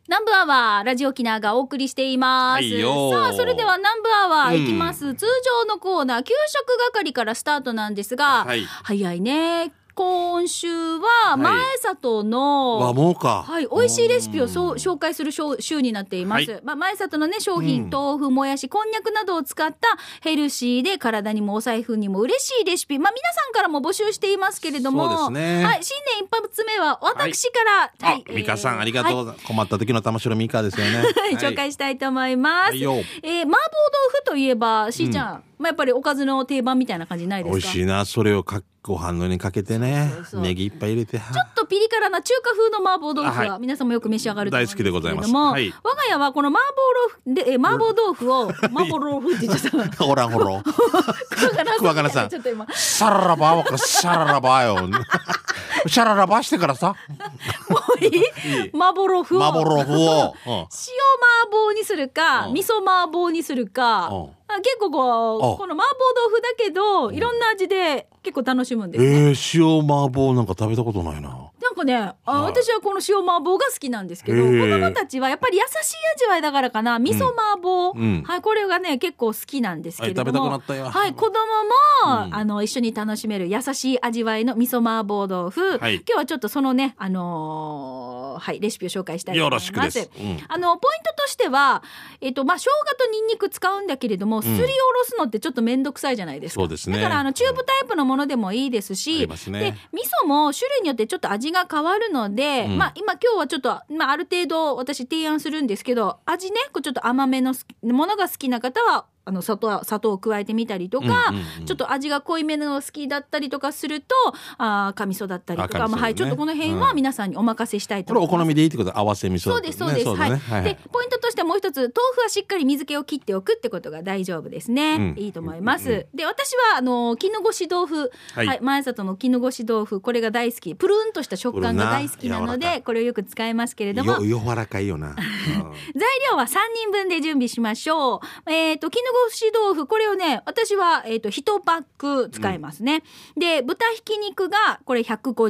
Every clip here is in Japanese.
南部アワーラジオ沖縄がお送りしています、 はいよ。 さあそれでは南部アワーいきます、通常のコーナー給食係からスタートなんですが、 はい早いね。今週は前里の、 和もうか、 はい、美味しいレシピを紹介する週になっています、 はい前里のね商品、豆腐もやしこんにゃくなどを使ったヘルシーで体にもお財布にも嬉しいレシピ、皆さんからも募集していますけれども、 そうですね、 はい、新年一発目は私から、はい美香さんありがとう、困った時の玉城美香ですよね紹介したいと思います、 はいよ。 麻婆豆腐といえばしーちゃん、やっぱりおかずの定番みたいな感じないですか？ 美味しいな、それをご飯の上にかけてね、 そうネギいっぱい入れて、 ちょっとピリ辛な中華風の麻婆豆腐は皆さんもよく召し上がると思うんですけれども、 大好きでございます、はい、 我が家はこの麻婆豆腐を麻婆豆腐って言っちゃったおらんほろ桑原さんちょっと今サララバーはシャララバーよシャララバーしてからさもういい麻婆豆腐を麻婆豆腐を、 塩麻婆にするか、味噌麻婆にするか、結構この麻婆豆腐だけどいろんな味で結構楽しむんですね、 塩麻婆なんか食べたことないな。 なんかね、私はこの塩麻婆が好きなんですけど、子供たちはやっぱり優しい味わいだからかな、味噌麻婆、はい、これがね結構好きなんですけれども、 食べたくなったよ。 はい、子供も、一緒に楽しめる優しい味わいの味噌麻婆豆腐、今日はちょっとそのね、はい、レシピを紹介したいと思います。 よろしくです、 ポイントとしては、生姜とニンニク使うんだけれども、すりおろすのってちょっと面倒くさいじゃないですか。 そうですね。 だからチューブタイプのものでもいいですし、で味噌も種類によってちょっと味が変わるので、今日はちょっと、ある程度私提案するんですけど、味ねちょっと甘めのものが好きな方は砂糖を加えてみたりとか、ちょっと味が濃いめの好きだったりとかすると赤味噌だったりとか、はい、ちょっとこの辺は皆さんにお任せしたいと思います。 これお好みでいいってこと、合わせ味噌、 そうですそうです、はい、でポイントとしてもう一つ、豆腐はしっかり水気を切っておくってことが大丈夫ですね、いいと思います、で私は絹ごし豆腐、前里の絹ごし豆腐、これが大好き、プルンとした食感が大好きなのでこれをよく使いますけれども、 柔らかいよな材料は3人分で準備しましょう。絹ごし豆腐、これをね私は、1パック使いますね、で豚ひき肉がこれ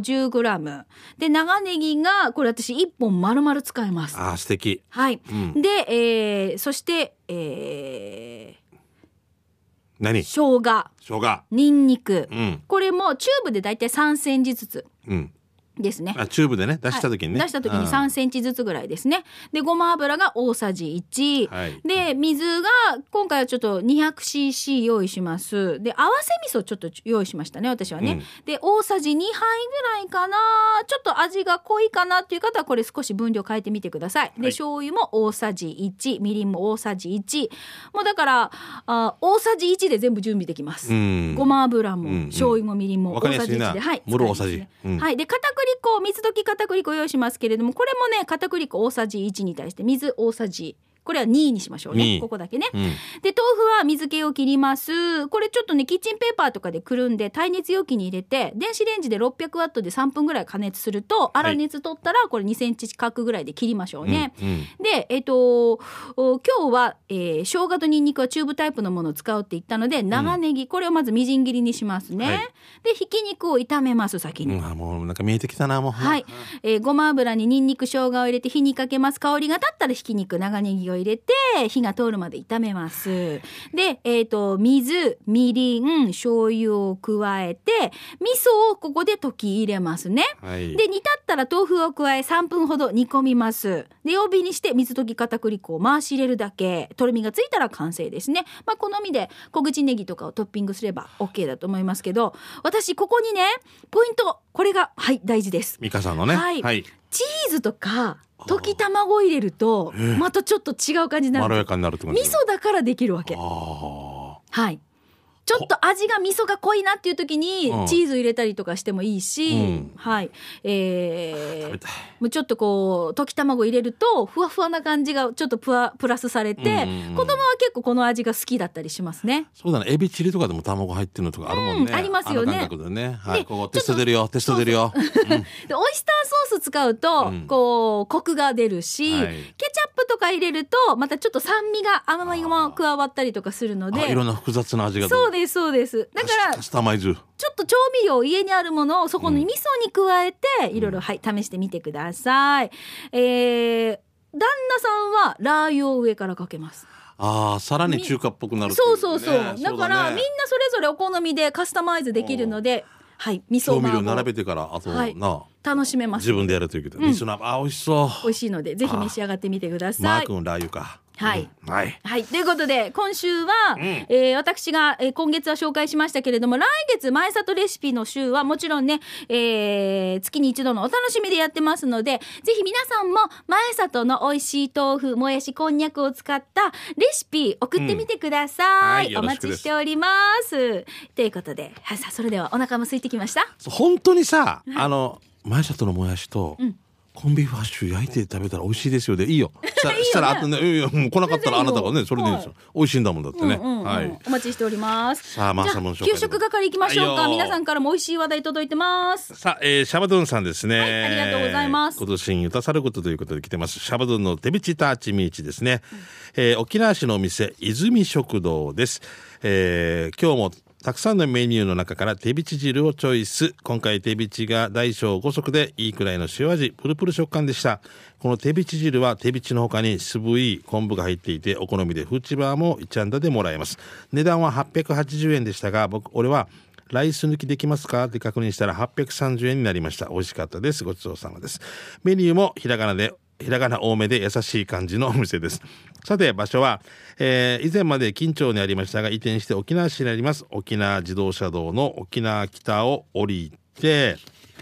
150g で、長ネギがこれ私1本丸々使います。 素敵、 はい、で、そして生姜、ニンニク、これもチューブでだいたい3センチずつ、ですね。 チューブでね出した時にね、 出した時に3センチずつぐらいですね。でごま油が大さじ1、で水が今回はちょっと 200cc 用意します。で合わせ味噌ちょっと用意しましたね、私はね、で大さじ2杯ぐらいかな、ちょっと味が濃いかなっていう方はこれ少し分量変えてみてください。で醤油も大さじ1、みりんも大さじ1、もうだから大さじ1で全部準備できます。ごま油も、醤油もみりんも大さじ1で、はい、 もろ大さじ、 はい、で片栗粉、水溶き片栗粉用意しますけれども、これもね片栗粉大さじ1に対して水大さじ、これは2にしましょうね、ここだけね、で豆腐は水気を切ります。これちょっとねキッチンペーパーとかでくるんで耐熱容器に入れて電子レンジで600ワットで3分ぐらい加熱すると、粗熱取ったらこれ2センチ角ぐらいで切りましょうね、で今日は、生姜とニンニクはチューブタイプのものを使うって言ったので、長ネギ、これをまずみじん切りにしますね、でひき肉を炒めます。先に、 もうなんか見えてきたな、もう、 はい、ごま油にニンニク生姜を入れて火にかけます。香りが立ったらひき肉、長ネギを入れて火が通るまで炒めます。で、水、みりん、醤油を加えて味噌をここで溶き入れますね、で煮立ったら豆腐を加え3分ほど煮込みます。で弱火にして水溶き片栗粉を回し入れるだけ、とろみがついたら完成ですね。好みで小口ネギとかをトッピングすれば OK だと思いますけど、私ここにねポイント、これが大事です。 美香さんのね、 チーズとか溶き卵入れるとまたちょっと違う感じになる、 まろやかになるってこと、 味噌だからできるわけ。はい、ちょっと味が味噌が濃いなっていう時にチーズ入れたりとかしてもいいし、はい、もうちょっとこう溶き卵入れるとふわふわな感じがちょっとプラスされて、子供は結構この味が好きだったりしますね。 そうだね、エビチリとかでも卵入ってるのとかあるもんね、 ありますよね。 感覚でね、ここテスト出るよ、テスト出るよでオイスターソース使うと、こうコクが出るし、ケチャップとか入れるとまたちょっと酸味が甘みも加わったりとかするので、 いろんな複雑な味が。 そうですそうです。だからカスタマイズ、 ちょっと調味料家にあるものをそこの味噌に加えていろいろ試してみてください。 旦那さんはラー油を上からかけます。 さらに中華っぽくなるっていそうね。 そうそうだからみんなそれぞれお好みでカスタマイズできるので、はい、味噌調味料麻婆並べてからあと、 はい楽しめます。 自分でやるというけど、味噌の美味しそう。 美味しいのでぜひ召し上がってみてください。 マー君ラー油か。 はい、 はいはい、ということで今週は、私が、今月は紹介しましたけれども、来月前里レシピの週はもちろんね、月に一度のお楽しみでやってますので、ぜひ皆さんも前里の美味しい豆腐もやしこんにゃくを使ったレシピ送ってみてください、お待ちしております。ということで、はい、さあそれではお腹も空いてきました。 本当にさ、前里のもやしと、コンビーフハッシュ焼いて食べたら美味しいですよ。でいいよ。したらあとね、もう来なかったらあなたがねそれでいいですよ。美味しいんだもんだってね。はい。 お待ちしております。 さあマーサモン紹介。 給食係行きましょうか。皆さんからも美味しい話題届いてます。 さあ、シャバドゥンさんですね。 はい、ありがとうございます。 今年に歌さることということで来てます。シャバドゥンの手びちターチミーチですね。沖縄市のお店泉食堂です。今日もたくさんのメニューの中から手びち汁をチョイス。今回手びちが大小5足でいいくらいの塩味、プルプル食感でした。この手びち汁は手びちの他に渋い昆布が入っていて、お好みでフーチバーも1安打でもらえます。値段は880円でしたが、俺はライス抜きできますかって確認したら830円になりました。美味しかったです。ごちそうさまです。メニューもひらがな多めで優しい感じのお店です。さて場所は、以前まで金町にありましたが移転して沖縄市にあります沖縄自動車道の沖縄北を降りて、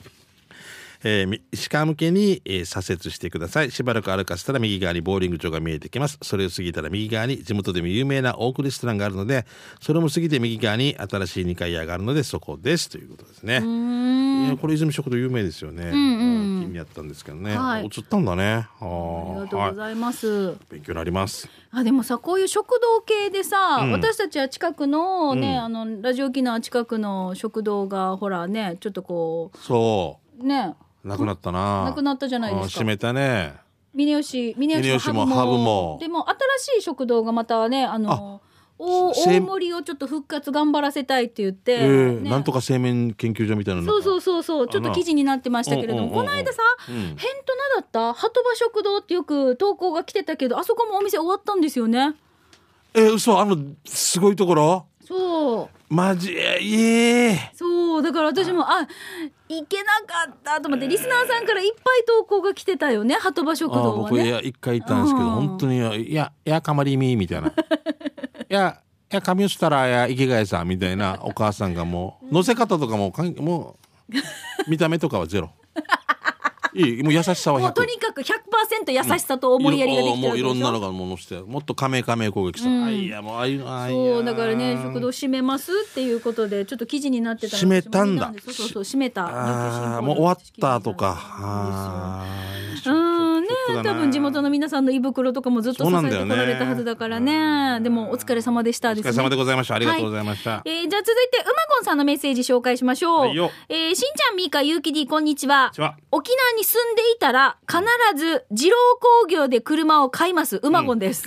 石川向けに、左折してください。しばらく歩かせたら右側にボーリング場が見えてきます。それを過ぎたら右側に地元でも有名なオークレストランがあるので、それも過ぎて右側に新しい2階屋があるのでそこですということですね。これ泉食堂有名ですよね。気にやったんですけどね、 はい、 映ったんだね。 ありがとうございます、 勉強になります。 でもさ、こういう食堂系でさ、私たちは近くのね、ラジオ沖縄近くの食堂がほらね、ちょっとこうそうねなくなったな。 なくなったじゃないですか。 閉めたね。 峰吉もハブもでも新しい食堂がまたね大盛りをちょっと復活頑張らせたいって言って、 なんとか製麺研究所みたいなのそうちょっと記事になってましたけれども、この間さ、ヘントナだった鳩場食堂ってよく投稿が来てたけど、あそこもお店終わったんですよね。 嘘、すごいところ。 そうマジそうだから私も行けなかったと思って、リスナーさんからいっぱい投稿が来てたよね、鳩場食堂はね。 僕一回行ったんですけど、本当にいやかまりみみたいな。いや上したらや池谷さんみたいなお母さんがもう乗せ方とかも見た目とかはゼロ。いい、もう優しさは100。 もうとにかく 100% 優しさと思いやりができてるわけでしょ。 もういろんなのがものしてもっと加盟攻撃さ、いやもうああいうそうだからね、食堂閉めますっていうことでちょっと記事になってたの。 閉めたんだ。 そう閉めた。 もう終わったとか。 多分地元の皆さんの胃袋とかもずっと支えてこられたはずだからね。でもお疲れ様でしたですね。 お疲れ様でございました。ありがとうございました。 じゃあ続いてうまごんさんのメッセージ紹介しましょう。しんちゃん、みーか、ゆうき D、こんにちは。沖縄に住んでいたら必ず二郎工業で車を買いますうまごんです。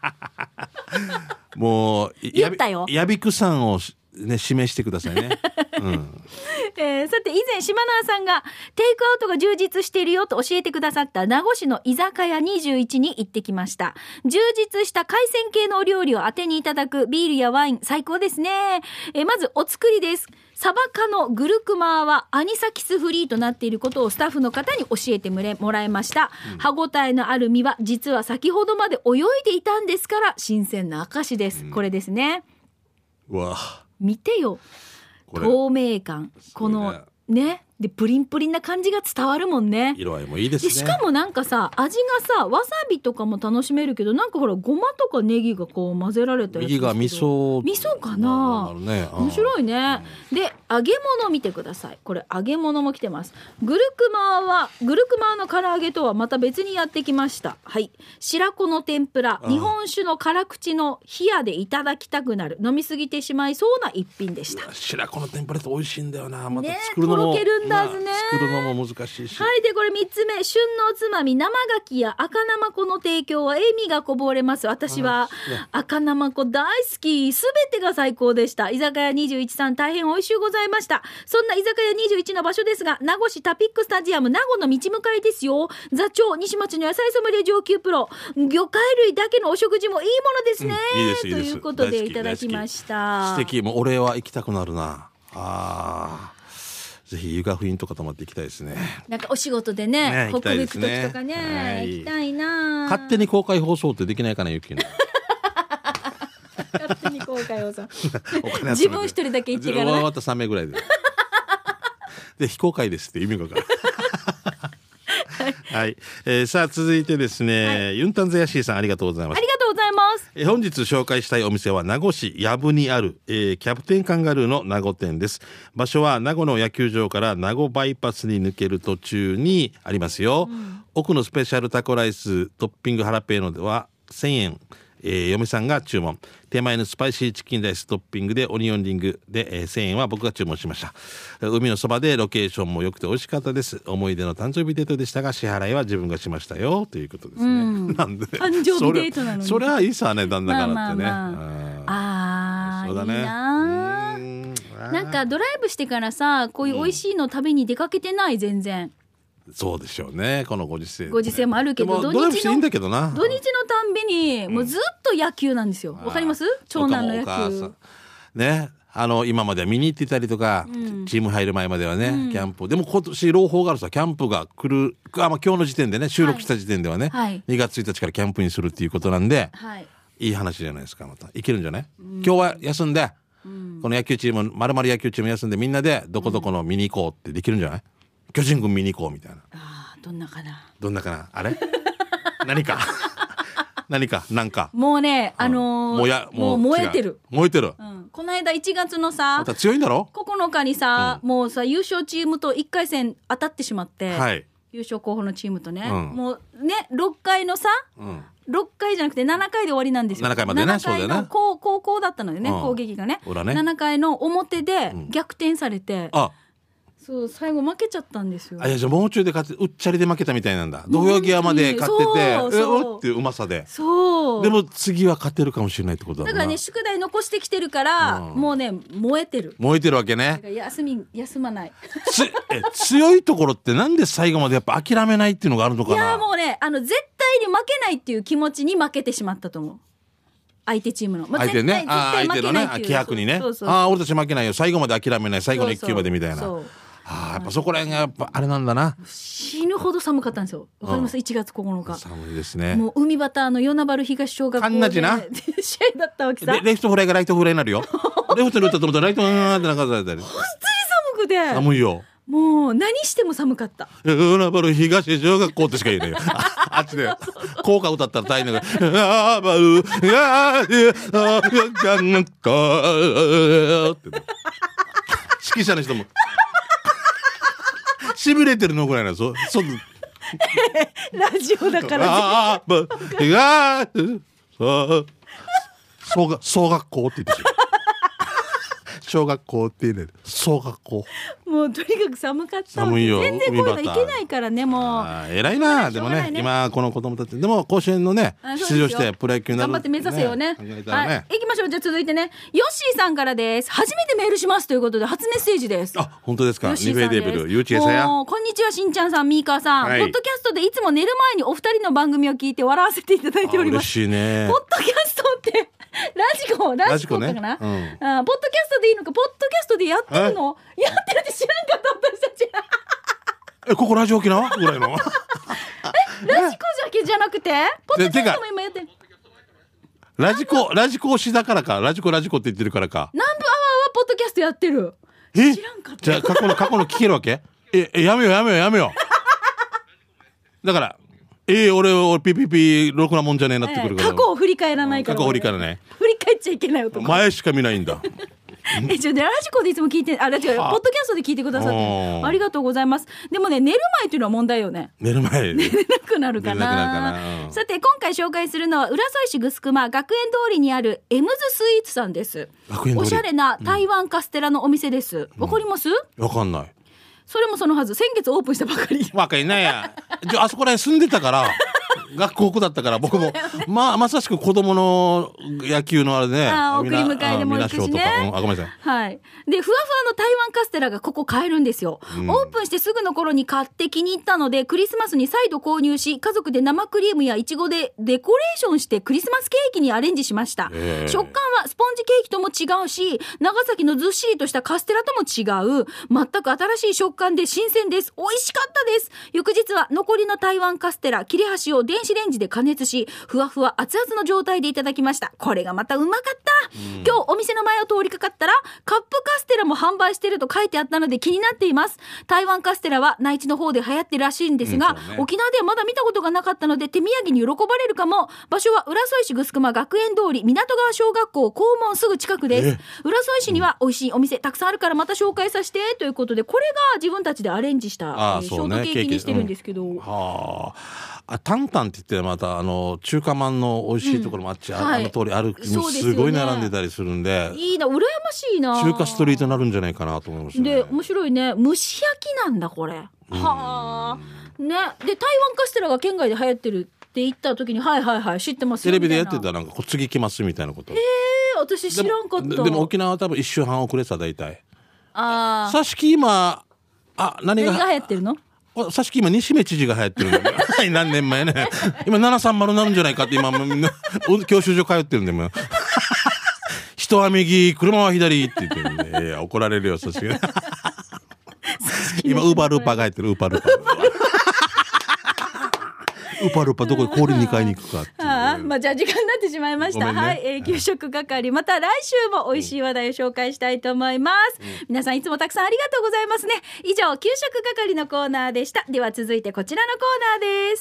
もう言ったよ。 やびくさんをね、指名してくださいね。 さて以前島縄さんがテイクアウトが充実しているよと教えてくださった名護市の居酒屋21に行ってきました。充実した海鮮系のお料理を当てにいただくビールやワイン、最高ですね。まずお作りです。サバ科のグルクマーはアニサキスフリーとなっていることをスタッフの方に教えてもらいました。歯ごたえのある身は実は先ほどまで泳いでいたんですから新鮮な証です。これですね。 うわ、 見てよ、透明感、このね、でプリンプリンな感じが伝わるもんね。 色合いもいいですね。 しかもなんかさ、味がさ、わさびとかも楽しめるけど、なんかほらごまとかネギがこう混ぜられたやつ。 右が味噌かな、面白いね。で揚げ物見てください。これ揚げ物も来てます。グルクマーの唐揚げとはまた別にやってきました。はい、白子の天ぷら、日本酒の辛口の冷やでいただきたくなる、飲みすぎてしまいそうな一品でした。 白子の天ぷらって美味しいんだよな。またね、 作るのもとろけるんだすね。 作るのも難しいし。 はい。でこれ3つ目、旬のおつまみ生牡蠣や赤生子の提供は笑みがこぼれます。私は赤生子大好き。すべてが最高でした。居酒屋21さん大変美味しゅうございました。そんな居酒屋21の場所ですが、名護市タピックスタジアム名護の道向かいですよ。座長西町の野菜ソムリエ上級プロ、魚介類だけのお食事もいいものですね、 いいですいいです。 ということでいただきました。 素敵。もう俺は行きたくなるな。ぜひ湯河院とか泊まって行きたいですね。 なんかお仕事でね、北部行く時とかね、 はい、 行きたいな。 勝手に公開放送ってできないかな、ゆきの。 勝手に公開放送。自分一人だけ行ってからね。 終わった3名ぐらいで。で非公開ですって意味が分かる。はい、さあ続いてですね、はい、ユンタンザヤシーさんありがとうございます。 ありがとうございます。 本日紹介したいお店は名護市藪にある、キャプテンカンガルーの名護店です。場所は名護の野球場から名護バイパスに抜ける途中にありますよ、奥のスペシャルタコライストッピングハラペーノでは1000円、嫁さんが注文。手前のスパイシーチキンライストッピングでオニオンリングで、1000円は僕が注文しました。海のそばでロケーションも良くて美味しかったです。思い出の誕生日デートでしたが支払いは自分がしましたよということですね。なんで誕生日デートなのにそれはいいさね、旦那からってね。 そうだね。いいな。なんかドライブしてからさ、こういう美味しいの食べに出かけてない、全然。 そうでしょうね、このご時世、 ご時世もあるけど、 土日のいいんだけどな。 土日のたんびにもうずっと野球なんですよ。わかります？長男の野球ね。今までは見に行ってたりとか、チーム入る前まではね、キャンプでも今年朗報があるさ、キャンプが来る、今日の時点でね、収録した時点ではね、2月1日からキャンプにするっていうことなんで、いい話じゃないですか。またいけるんじゃない？今日は休んで、この野球チーム丸々野球チーム休んでみんなでどこどこの見に行こうってできるんじゃない？巨人軍見に行こうみたいな。 どんなかな。 どんなかな。あれ？何かなんか。 もうね、もう燃えてる。 燃えてる。 この間1月のさ、 また強いんだろ ？9日にさ、もうさ優勝チームと1回戦当たってしまって、優勝候補のチームとね、もうね6回のさ、6回じゃなくて7回で終わりなんですよ。 7回までね。 7回の高校だったのでね、攻撃がね。7回の表で逆転されて。そう、最後負けちゃったんですよ。 いや、じゃあもうちょいで勝ってうっちゃりで負けたみたいなんだ。土俵際まで勝っててっていううまさで。そうでも次は勝てるかもしれないってことだもんな。 だからね、宿題残してきてるから、もうね燃えてるわけね。 休まない強いところってなんで最後までやっぱ諦めないっていうのがあるのかな。 いやもうね、絶対に負けないっていう気持ちに負けてしまったと思う、相手チームの、 相手ね、相手のね、気迫にね、俺たち負けないよ、最後まで諦めない、最後の1球までみたいな。やっぱそこら辺がやっぱあれなんだな。 死ぬほど寒かったんですよ。わかります？1月9日。 寒いですね。 もう海端の与那原東小学校で試合だったわけさ。 レフトフライがライトフライになるよ。レフトに打ったと思ったらライトって流されたり。 本当に寒くて。 寒いよ。 もう何しても寒かった。 与那原東小学校ってしか言えないよ。あっちで校歌歌ったら大変だから。指揮者の人もしびれてるのぐらいなんですよ。 ラジオだから小学校って言ってしまう。小学校って言うね。小学校。 もうとにかく寒かった。 寒いよ。 全然こういうのいけないからね、もう。 偉いな。でもね、今この子供たちでも甲子園のね出場してプロ野球になる。 頑張って目指せよね。はい、行きましょう。じゃあ続いてね、ヨッシーさんからです。初めてメールしますということで初メッセージです。 本当ですか。ニフェデビル、ユーチエサや。 こんにちは、しんちゃんさん、みーかーさん。ポッドキャストでいつも寝る前にお二人の番組を聞いて笑わせていただいております。 嬉しいね。 ポッドキャストってラジコかな、ポッドキャストでいいのか、ポッドキャストでやってるのやってるって知らんかった私たち。 ここラジオ沖縄ぐらいのラジコだけじゃなくてポッドキャストも今やってる。ラジコ推しだからか、ラジコって言ってるからか。 南部アワーはポッドキャストやってる。知らんかった。 じゃあ過去の聞けるわけ。やめよだから俺ピピろくなもんじゃねえなってくるから、 過去を振り返らないから。 過去振り返らない。 振り返っちゃいけない男。 前しか見ないんだ。 ラジコでいつも聞いて、ポッドキャストで聞いてくださってありがとうございます。でもね、寝る前っていうのは問題よね。 寝る前寝れなくなるかな。さて今回紹介するのは浦添市ぐすくま学園通りにあるエムズスイーツさんです。おしゃれな台湾カステラのお店です。わかります？ わかんない。 それもそのはず、先月オープンしたばかり。 若いねや。あそこら辺住んでたから、学校区だったから、僕も、まさしく子供の野球のあれね。 送り迎えでも行くしね。 ごめんなさい。 はい。で、ふわふわの台湾カステラがここ買えるんですよ。オープンしてすぐの頃に買って気に入ったので、クリスマスに再度購入し、家族で生クリームやイチゴでデコレーションしてクリスマスケーキにアレンジしました。食感はスポンジケーキとも違うし、長崎のずっしりとしたカステラとも違う、全く新しい食感で新鮮です。美味しかったです。翌日は残りの台湾カステラ、切れ端を電子レンジで加熱し、ふわふわ熱々の状態でいただきました。これがまたうまかった。今日お店の前を通りかかったら、カップカステラも販売してると書いてあったので気になっています。台湾カステラは内地の方で流行ってるらしいんですが、沖縄ではまだ見たことがなかったので手土産に喜ばれるかも。場所は浦添市ぐすくま学園通り港川小学校校門すぐ近くです。浦添市には美味しいお店たくさんあるからまた紹介させてということで、これが自分たちでアレンジした、ショートケーキにしてるんですけど、 タンタンって言ってまた中華まんの美味しいところもあっち、あの通りある、すごい並んでたりするんで、 いいな、羨ましいな。 中華ストリートになるんじゃないかなと思いましたね。 で面白いね、蒸し焼きなんだこれ。はあね。で台湾カステラが県外で流行ってるって言った時に、はいはいはい知ってますよテレビでやってた、なんか次来ますみたいなこと。 私知らんかった。 でも沖縄は多分1週半遅れた大体。 さしき今何が流行ってるの？ さしき今西目知事が流行ってるんだよ何年前ね、今730になるんじゃないかって今みんな教習所通ってるんで、も人は右車は左って言ってるんで、いや怒られるよさしき今ウーパールーパーが入ってる、ウーパールーパーウーパールーパーどこで氷に買いに行くかっていう。 まあじゃあ時間になってしまいました、ね。はい、給食係また来週も美味しい話題を紹介したいと思います、皆さんいつもたくさんありがとうございますね。以上給食係のコーナーでした。では続いてこちらのコーナーです。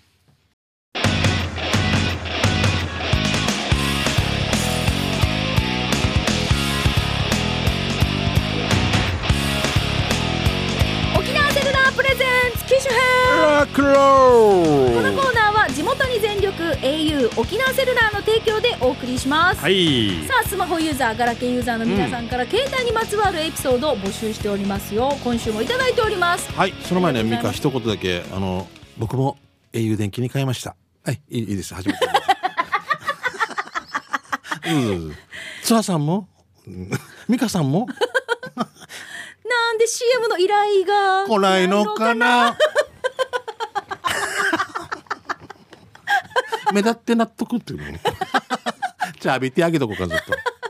沖縄セルラープレゼンツ機種編。このコーナーは地元に全力 au 沖縄セルラーの提供でお送りします、さあスマホユーザーガラケーユーザーの皆さんから携帯にまつわるエピソードを募集しておりますよ。今週もいただいております。 はい、その前にミカ一言だけ、僕も au 電気に変えました。はい、いいです、初めてツアさんもミカさんもなんで CM の依頼が来ないのかな目立って納得っていうのじゃあ浴びてあげとこうかずっと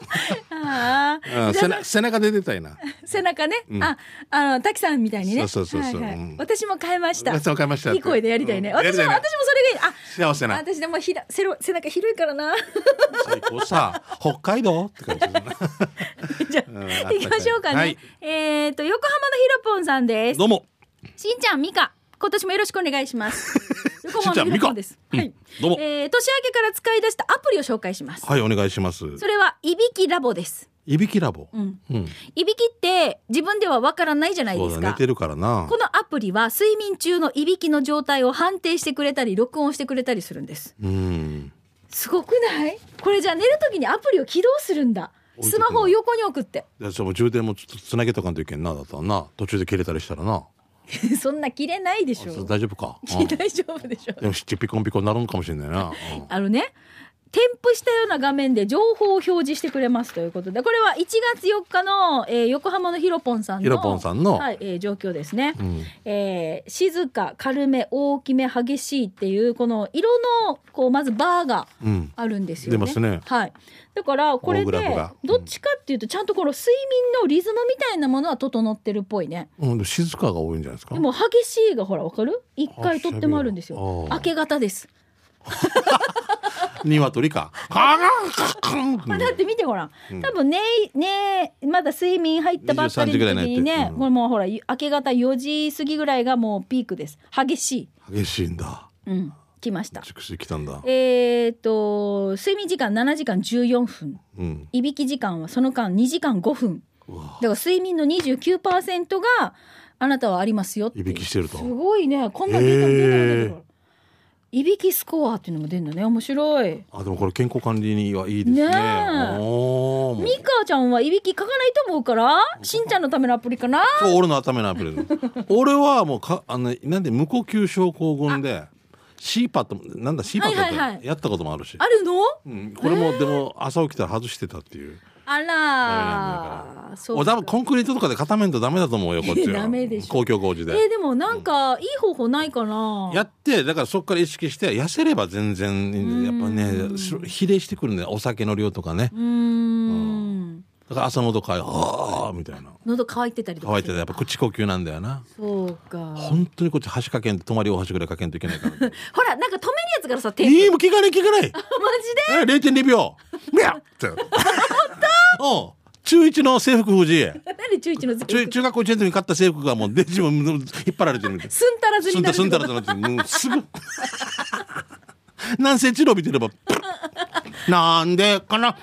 背中で出たいな。 背中ね、滝さんみたいにね。そう、私も変えました。いい声でやりたいね。私もそれがいい。 幸せな。 私でも背中広いからな。 最高さ、北海道って感じじゃあ行きましょうかね。横浜のひろぽんさんです。 どうも。 しんちゃん、みか、今年もよろしくお願いします。横浜のひろぽんです。はい。 どうも。 年明けから使い出したアプリを紹介します。 はい、お願いします。 それはいびきラボです。 いびきラボ。 いびきって自分ではわからないじゃないですか。 寝てるからな。 このアプリは睡眠中のいびきの状態を判定してくれたり録音してくれたりするんです。すごくない？これじゃあ寝るときにアプリを起動するんだ。スマホを横に置くって。 じゃあ充電もちょっとつなげとかんといけんな、だったらな、途中で切れたりしたらなそんな切れないでしょ。 大丈夫か。 大丈夫でしょ。 でもピコンピコになるのかもしれないな。 添付したような画面で情報を表示してくれますということで、これは1月4日の、横浜のひろぽんさんのはい、状況ですね、静か、軽め、大きめ、激しいっていうこの色のこうまずバーがあるんですよね、 出ますね。 はい、だからこれでどっちかっていうとちゃんとこの睡眠のリズムみたいなものは整ってるっぽいね。 静かが多いんじゃないですか。 でも激しいがほら分かる？1回とってもあるんですよ。明け方です鶏かだって見てごらん、多分ねまだ睡眠入ったばっかりの時にね、これもうほら明け方4時過ぎぐらいがもうピークです。激しいんだ。 来ました。 来たんだ。 睡眠時間7時間14分、いびき時間はその間2時間5分だから睡眠の 29% があなたはありますよって。 いびきしてると。 すごいね、こんなデータ出ないんだけど、 いびきスコアっていうのも出るんだね。面白い。 あ、でもこれ健康管理にはいいですね。 ねえ。ミカちゃんはいびきかかないと思うから、しんちゃんのためのアプリかな。 そう、俺の頭のアプリ俺はもうなんで無呼吸症候群でシーパッド、なんだシーパッドってやったこともあるし、 あるの、 うん、これもでも朝起きたら外してたっていう。 あら、 そう。多分コンクリートとかで固めんとダメだと思うよ、こっちは。 ダメでしょ。 公共工事で。 でもなんかいい方法ないかな。 やってだからそこから意識して痩せれば全然やっぱね比例してくるんだよ、お酒の量とかね。だから朝喉乾いあみたいな。 喉乾いてたりとか。 乾いてたやっぱ口呼吸なんだよな。 そうか。 本当にこっち箸かけんと止まり大箸ぐらいかけんといけないから。 ほらなんか止めるやつからさ、 いいもう聞かない。 マジで。0.2秒。みやって。おう。中1の制服夫人。 何中1の制服。 中学校1年の時に買った制服がもうデジも引っ張られてるみたいな。 すんたらずになる。 すんたらずになってもうすぐ何センチ伸びてればなんでかな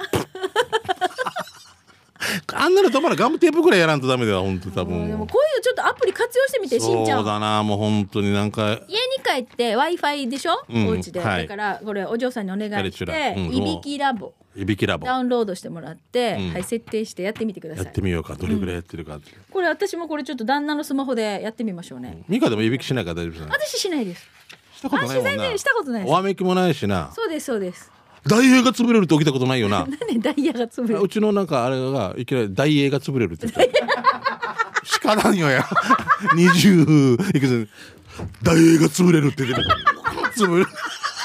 あんなの止まらガムテープぐらいやらんとダメだよ本当多分。 でもこういうちょっとアプリ活用してみて、しんちゃん。 そうだな、もう本当になんか家に帰って Wi-Fi でしょ、 うん、 お家で、はい、だからこれお嬢さんにお願いして、いびきラボダウンロードしてもらって、はい、設定してやってみてください。 やってみようか、どれぐらいやってるかって、 これ私もこれちょっと旦那のスマホでやってみましょうね。 ミカでもいびきしないから大丈夫ですね。 私しないです。 したことないもんな。 自然でしたことないです。 おわめきもないしな。 そうですそうです。 ダイエーが潰れるって起きたことないよな。 何ダイヤが潰れる。 うちのなんかあれがいきなりダイエーが潰れるって言ってしかなんよや20いくつダイエーが潰れるって言って潰れる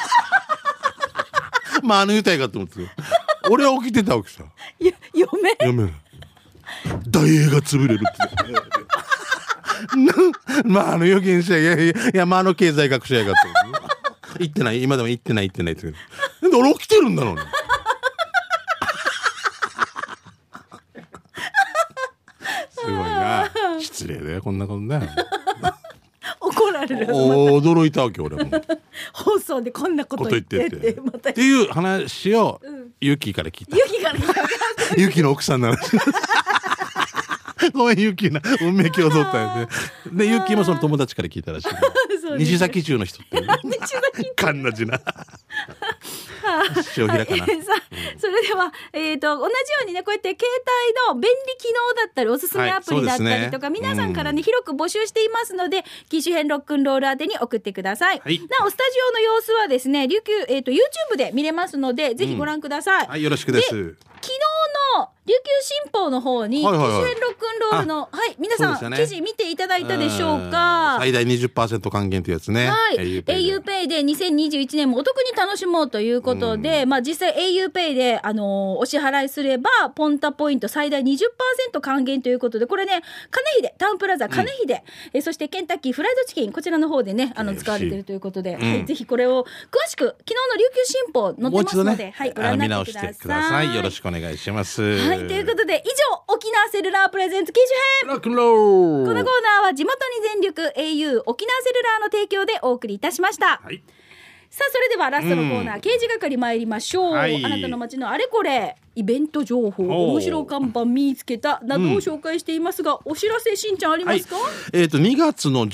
まあ言うたいかと思って俺は起きてたわけさ。 嫁ダイエーが潰れるってまあ予言者いやまあ経済学者やがって言ってない、今でも言ってないって俺起きてるんだろうねすごいな、失礼だよこんなことね怒られる。 驚いたわけ俺も放送でこんなこと言ってってまたっていう話をユキから聞いた。ユキの奥さんの話ごめんユキな運命共同体でユキもその友達から聞いたらしい西崎中の人ってかんなじな塩平かな。 それでは、同じようにねこうやって携帯の便利機能だったりおすすめアプリだったりとか、皆さんからね広く募集していますので、機種編ロックンロール宛てに送ってください。なおスタジオの様子はですね琉球、YouTube で見れますのでぜひご覧ください。 はい、よろしくです。 昨日の琉球新報の方に機種編ロックンロールの、皆さん、記事見ていただいたでしょうか。 最大 20% 還元というやつね。 はい、auPay で2021年もお得に楽しもうということで、実際 auPay で、お支払いすればポンタポイント最大 20% 還元ということで、これね金秀タウンプラザ金秀、そしてケンタッキーフライドチキンこちらの方でね使われているということで、ぜひこれを詳しく昨日の琉球新報載ってますので、ご覧になってください。 見直してください。よろしくお願いします。 はい、ということで以上沖縄セルラープレゼンツ機種編ロックンロール。 このコーナーは地元に全力 au 沖縄セルラーの提供でお送りいたしました。 はい、 さあそれではラストのコーナー、刑事係参りましょう。あなたの街のあれこれイベント情報面白看板見つけたなどを紹介していますが、お知らせしんちゃんありますか。 2月の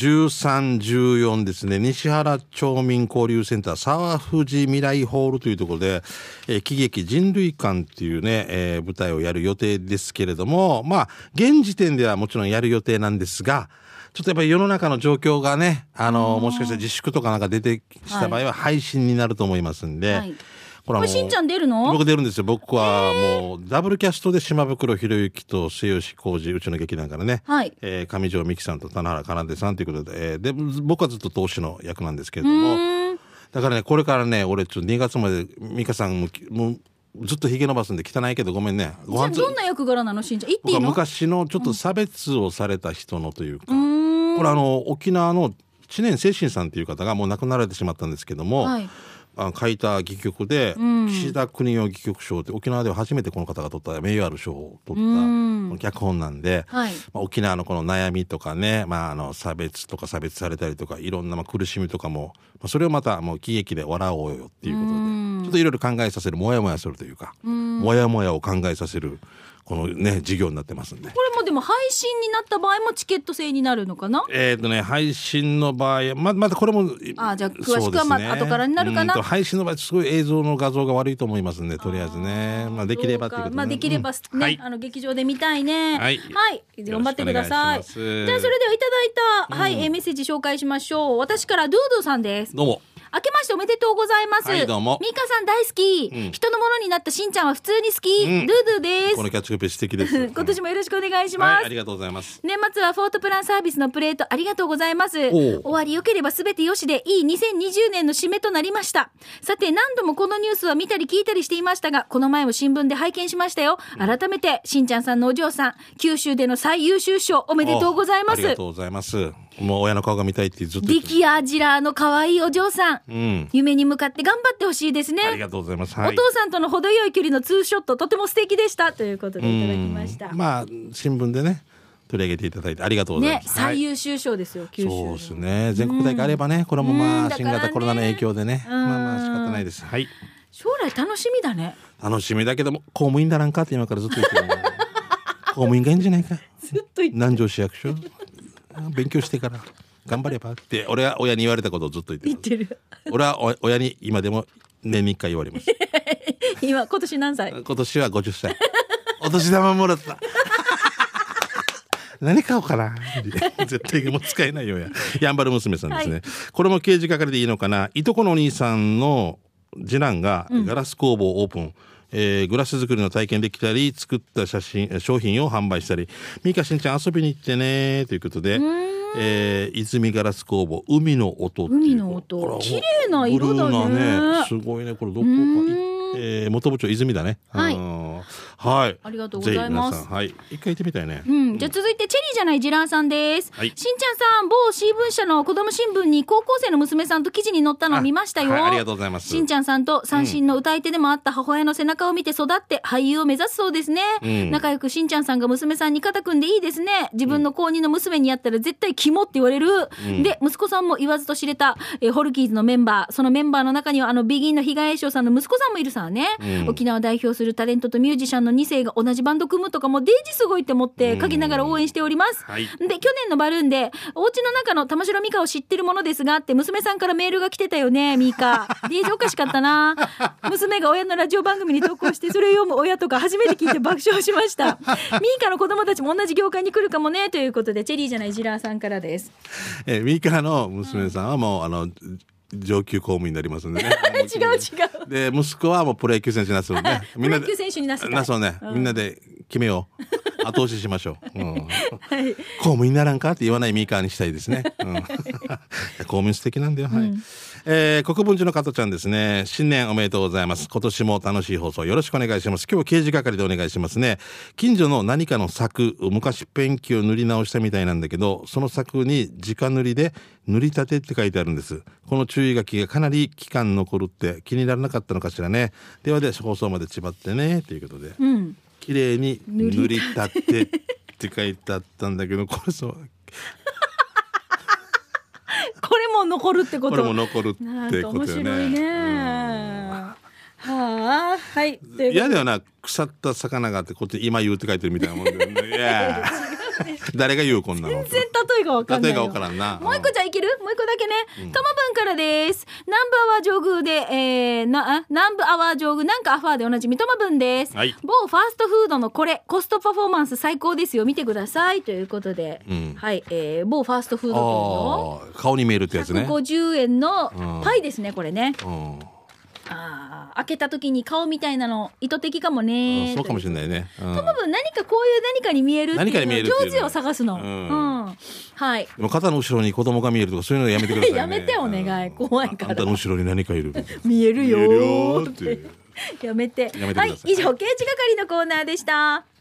13、14ですね、西原町民交流センター沢藤未来ホールというところで、喜劇人類館っていうね、舞台をやる予定ですけれども、現時点ではもちろんやる予定なんですが、ちょっとやっぱり世の中の状況がね、もしかしたら自粛とかなんか出てきた場合は配信になると思いますんで、 これしんちゃん出るの？ 僕出るんですよ。僕はもうダブルキャストで島袋博之と末吉浩二、うちの劇団からね、上条美希さんと棚原かなでさんということで、で僕はずっと投資の役なんですけれども、だからねこれからね俺ちょっと2月まで美香さんもずっとひげ伸ばすんで汚いけどごめんね。 じゃあどんな役柄なのしんちゃん？言っていいの？ 昔のちょっと差別をされた人のというか、これ沖縄の知念清心さんという方がもう亡くなられてしまったんですけども、書いた戯曲で、岸田邦夫戯曲賞って沖縄では初めてこの方が取った名誉ある賞を取った脚本なんで、沖縄のこの悩みとかね、差別とか差別されたりとかいろんな苦しみとかも、それをまたもう喜劇で笑おうよっていうことで、ちょっといろいろ考えさせる、もやもやするというか、もやもやを考えさせるこのね事業になってますんで。 これもでも配信になった場合もチケット制になるのかな。 配信の場合またこれもじゃあ詳しくは後からになるかな。 配信の場合すごい映像の画像が悪いと思いますんで、とりあえずね、できればっていうことで、 できればね、劇場で見たいね。はい、頑張ってください。じゃあそれではいただいたメッセージ紹介しましょう。私からドゥードゥさんです。 どうも。 明けましておめでとうございます。 どうも。 ミカさん大好き、人のものになったしんちゃんは普通に好き、ドゥードゥです。 このキャッチコピー素敵です。 今年もよろしくお願いします。 ありがとうございます。 年末はフォートプランサービスのプレートありがとうございます。終わりよければすべてよしでいい2020年の締めとなりました。さて何度もこのニュースは見たり聞いたりしていましたが、この前も新聞で拝見しましたよ。改めてしんちゃんさんのお嬢さん、九州での最優秀賞おめでとうございます。 ありがとうございます。もう親の顔が見たいってずっとリキアジラーの可愛いお嬢さん、夢に向かって頑張ってほしいですね。 ありがとうございます。 お父さんとの程よい距離のツーショットとても素敵でしたということでいただきました。 新聞でね取り上げていただいてありがとうございます。 最優秀賞ですよ、九州。 そうですね。全国大会あればね、これも新型コロナの影響でね、仕方ないです。はい。 将来楽しみだね。 楽しみだけども公務員だなんかって今からずっと言ってる。公務員がいいんじゃないか。 ずっと言って。 南城市役所勉強してから頑張ればって俺は親に言われたことをずっと言ってる。俺は親に今でも年に1回言われます。 今年何歳？ 今年は50歳。お年玉もらった。何買おうかな。絶対もう使えないよやんばる娘さんですね。これも刑事係でいいのかな。いとこのお兄さんの次男がガラス工房オープン。グラス作りの体験できたり、作った商品を販売したり、ミカしんちゃん遊びに行ってねということで、泉ガラス工房海の音っていう。 海の音綺麗な色だね。 すごいね。これどこか元部長泉だね。はい。 ありがとうございます。 はい。一回行ってみたいね。 じゃあ続いてチェリーじゃないジラーさんです。しんちゃんさん、某新聞社の子供新聞に高校生の娘さんと記事に載ったのを見ましたよ。 ありがとうございます。 しんちゃんさんと三振の歌い手でもあった母親の背中を見て育って俳優を目指すそうですね。仲良くしんちゃんさんが娘さんに肩組んでいいですね。自分の高2の娘にやったら絶対キモって言われる。で、息子さんも言わずと知れた、ホルキーズのメンバー、そのメンバーの中にはビギンの比嘉栄翔さんの息子さんもいるさね。沖縄を代表するタレントとミュージシャンの2世が同じバンド組むとかもデージすごいって思って書きながら応援しております。で、去年のバルーンでお家の中の玉城ミカを知ってるものですがって娘さんからメールが来てたよね。ミカデージおかしかったな。娘が親のラジオ番組に投稿してそれを読む親とか初めて聞いて爆笑しました。ミカの子供たちも同じ業界に来るかもねということでチェリーじゃないジラーさんからです。 ミカの娘さんはもう上級公務員になりますんでね。 違う。 で息子はもうプロ野球選手になすので、 みんなでプロ野球選手になすなそうね、みんなで決めよう。後押ししましょう。公務員にならんかって言わないミカにしたいですね。公務員素敵なんだよ。国分寺の加トちゃんですね。新年おめでとうございます。今年も楽しい放送よろしくお願いします。今日刑事係でお願いしますね。近所の何かの柵、昔ペンキを塗り直したみたいなんだけど、その柵に直塗りで塗りたてって書いてあるんです。この注意書きがかなり期間残るって気にならなかったのかしらね。ではで放送までちばってねということで、綺麗に塗りたてって書いてあったんだけど、これそうこれも残るってこと。 これも残るってことよね。 面白いね。はい。 嫌だよな、腐った魚があってこっち今言うって書いてるみたいなもんで、いや誰が言うこんなの。 全然例えが分かんないよ。 例えが分からんな。 もう一個じゃあいける？もう一個だけね。トモブンからです。南部アワー上宮で、南部アワー上宮なんかアファーでおなじみトモブンです。某ファーストフードのこれコストパフォーマンス最高ですよ。見てくださいということで、はい、某ファーストフード店の顔に見えるってやつね。 150円のパイですね、これね。開けた時に顔みたいなの意図的かもね。 そうかもしれないね。 トモブン何かこういう何かに見えるっていうの上手を探すの。はい。 でも肩の後ろに子供が見えるとかそういうのやめてくださいね。 やめてお願い、怖いから。 あんたの後ろに何かいる。 見えるよーってやめて。はい、以上刑事係のコーナーでした。